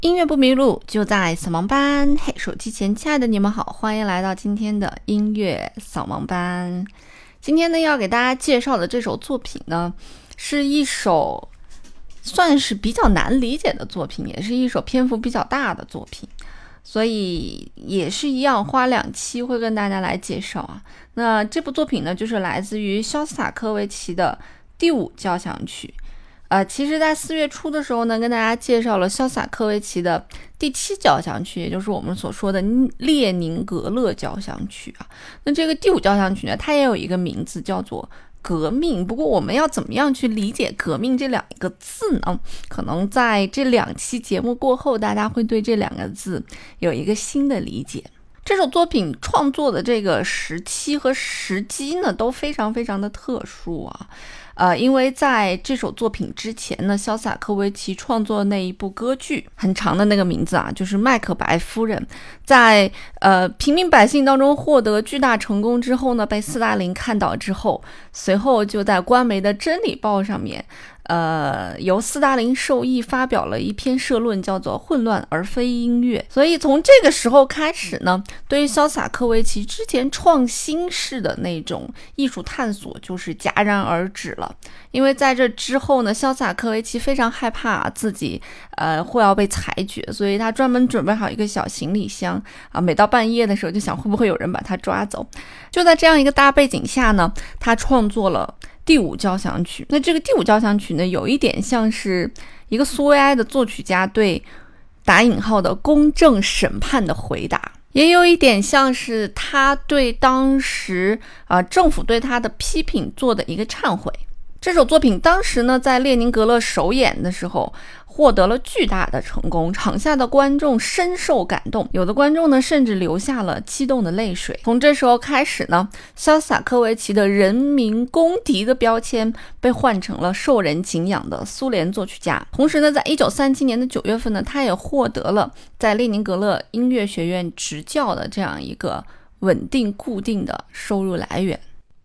音乐不迷路，就在扫盲班。嘿，手机前亲爱的你们好，欢迎来到今天的音乐扫盲班。今天呢，要给大家介绍的这首作品呢，是一首算是比较难理解的作品，也是一首篇幅比较大的作品，所以也是一样花2期会跟大家来介绍啊。那这部作品呢，就是来自于肖斯塔科维奇的第5交响曲。其实在4月初的时候呢，跟大家介绍了肖斯塔科维奇的第7交响曲，也就是我们所说的列宁格勒交响曲啊。那这个第5交响曲呢，它也有一个名字叫做革命。不过我们要怎么样去理解革命这2个字呢？可能在这2期节目过后，大家会对这2个字有一个新的理解。这首作品创作的这个时期和时机呢，都非常非常的特殊啊。因为在这首作品之前呢，肖斯塔科维奇创作的那一部歌剧，很长的那个名字啊，就是《麦克白夫人》，在平民百姓当中获得巨大成功之后呢，被斯大林看到之后，随后就在官媒的《真理报》上面由斯大林授意发表了一篇社论，叫做《混乱而非音乐》。所以从这个时候开始呢，对于肖斯塔科维奇之前创新式的那种艺术探索就是戛然而止了。因为在这之后呢，肖斯塔科维奇非常害怕自己会要被裁决，所以他专门准备好一个小行李箱啊，每到半夜的时候就想会不会有人把他抓走。就在这样一个大背景下呢，他创作了第5交响曲。那这个第5交响曲呢，有一点像是一个苏维埃的作曲家对打引号的公正审判的回答，也有一点像是他对当时政府对他的批评做的一个忏悔。这首作品当时呢，在列宁格勒首演的时候获得了巨大的成功，场下的观众深受感动，有的观众呢甚至流下了激动的泪水。从这时候开始呢，肖斯塔科维奇的人民公敌的标签被换成了受人敬仰的苏联作曲家。同时呢，在1937年的9月份呢，他也获得了在列宁格勒音乐学院执教的这样一个稳定固定的收入来源。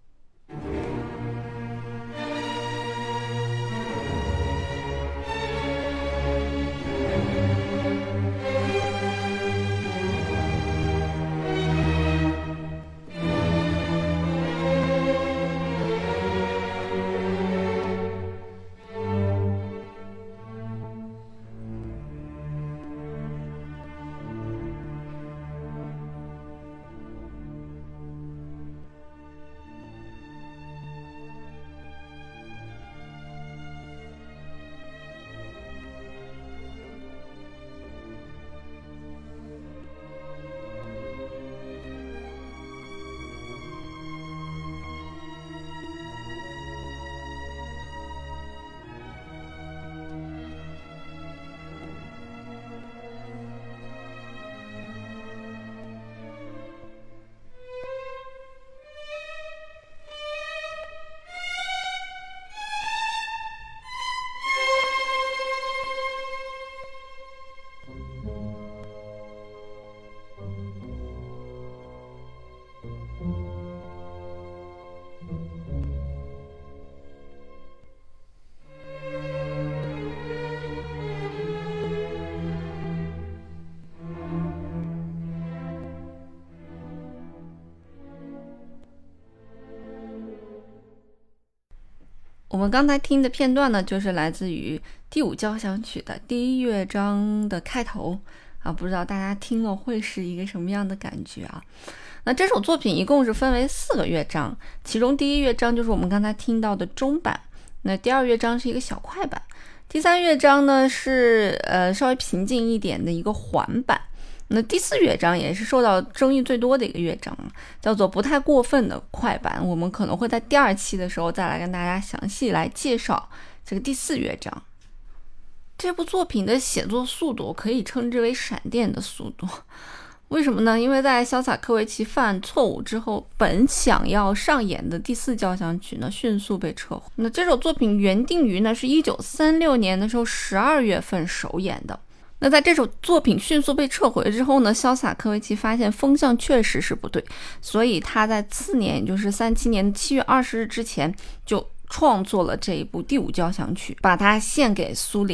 我们刚才听的片段呢，就是来自于第5交响曲的第1乐章的开头啊，不知道大家听了会是一个什么样的感觉啊？那这首作品一共是分为4个乐章，其中第1乐章就是我们刚才听到的中版，那第2乐章是一个小快板，第3乐章呢是稍微平静一点的一个缓板。那第4乐章也是受到争议最多的一个乐章，叫做不太过分的快板。我们可能会在第2期的时候再来跟大家详细来介绍这个第4乐章。这部作品的写作速度可以称之为闪电的速度。为什么呢？因为在肖斯塔科维奇犯错误之后，本想要上演的第4交响曲呢，迅速被撤回。那这首作品原定于呢是1936年的时候12月份首演的。那在这首作品迅速被撤回之后呢，肖斯塔科维奇发现风向确实是不对，所以他在次年，也就是37年的7月20日之前，就创作了这一部第5交响曲，把它献给苏联。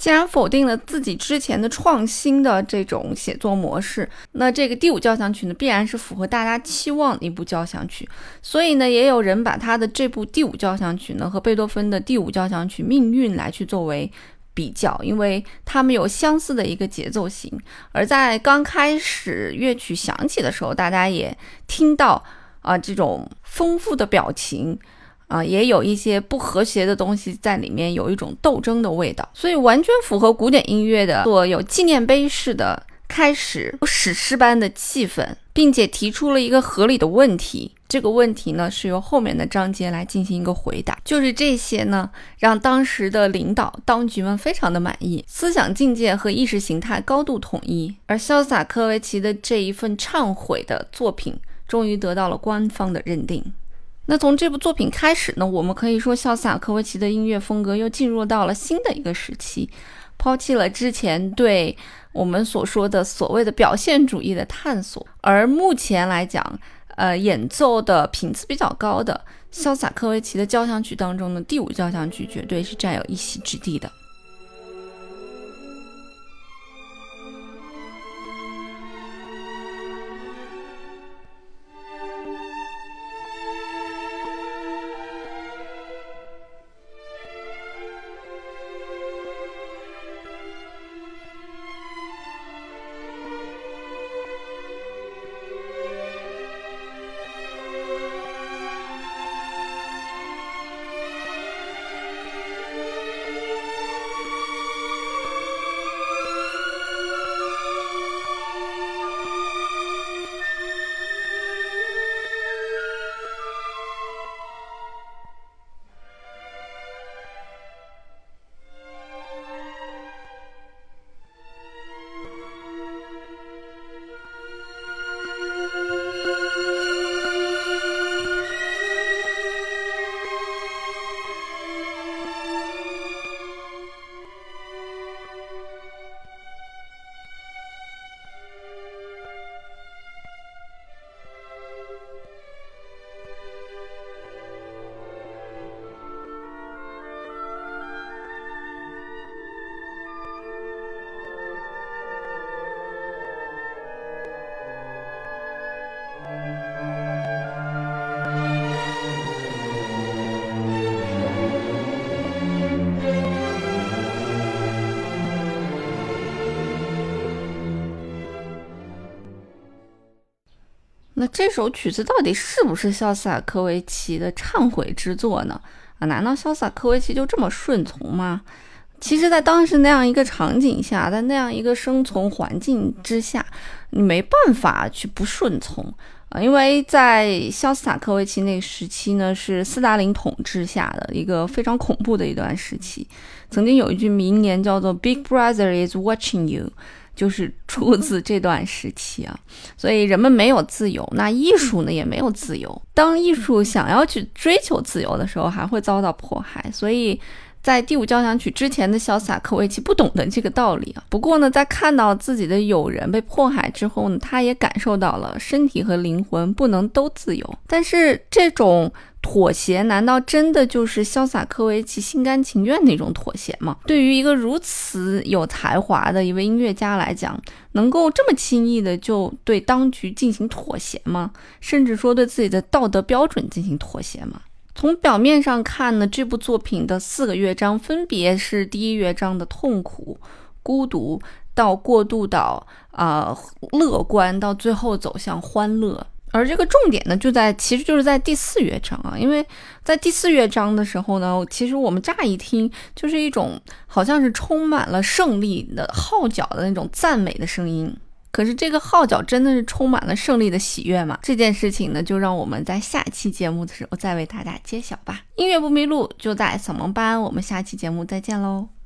既然否定了自己之前的创新的这种写作模式，那这个第五交响曲呢，必然是符合大家期望的一部交响曲。所以呢，也有人把他的这部第五交响曲呢和贝多芬的第五交响曲《命运》来去作为比较，因为他们有相似的一个节奏型。而在刚开始乐曲响起的时候，大家也听到这种丰富的表情也有一些不和谐的东西在里面，有一种斗争的味道，所以完全符合古典音乐的有纪念碑式的开始，有史诗般的气氛，并且提出了一个合理的问题。这个问题呢，是由后面的章节来进行一个回答。就是这些呢，让当时的领导当局们非常的满意，思想境界和意识形态高度统一。而肖斯塔科维奇的这一份忏悔的作品，终于得到了官方的认定。那从这部作品开始呢，我们可以说肖斯塔科维奇的音乐风格又进入到了新的一个时期，抛弃了之前对我们所说的所谓的表现主义的探索。而目前来讲演奏的频次比较高的肖斯塔科维奇的交响曲当中的第五交响曲绝对是占有一席之地的。那这首曲子到底是不是肖斯塔科维奇的忏悔之作呢？难道肖斯塔科维奇就这么顺从吗？其实在当时那样一个场景下，在那样一个生存环境之下，你没办法去不顺从因为在肖斯塔科维奇那个时期呢，是斯大林统治下的一个非常恐怖的一段时期。曾经有一句名言叫做 Big Brother is watching you，就是出自这段时期所以人们没有自由，那艺术呢也没有自由。当艺术想要去追求自由的时候，还会遭到迫害。所以在第五交响曲之前的肖斯塔科维奇不懂得这个道理不过呢，在看到自己的友人被迫害之后呢，他也感受到了身体和灵魂不能都自由。但是这种妥协难道真的就是肖斯塔科维奇心甘情愿的一种妥协吗？对于一个如此有才华的一位音乐家来讲，能够这么轻易的就对当局进行妥协吗？甚至说对自己的道德标准进行妥协吗？从表面上看呢，这部作品的4个乐章分别是第一乐章的痛苦、孤独，到过渡到乐观，到最后走向欢乐。而这个重点呢，其实就是在第4乐章因为在第4乐章的时候呢，其实我们乍一听就是一种好像是充满了胜利的号角的那种赞美的声音。可是这个号角真的是充满了胜利的喜悦吗？这件事情呢，就让我们在下期节目的时候再为大家揭晓吧。音乐不迷路，就在扫盲班，我们下期节目再见喽。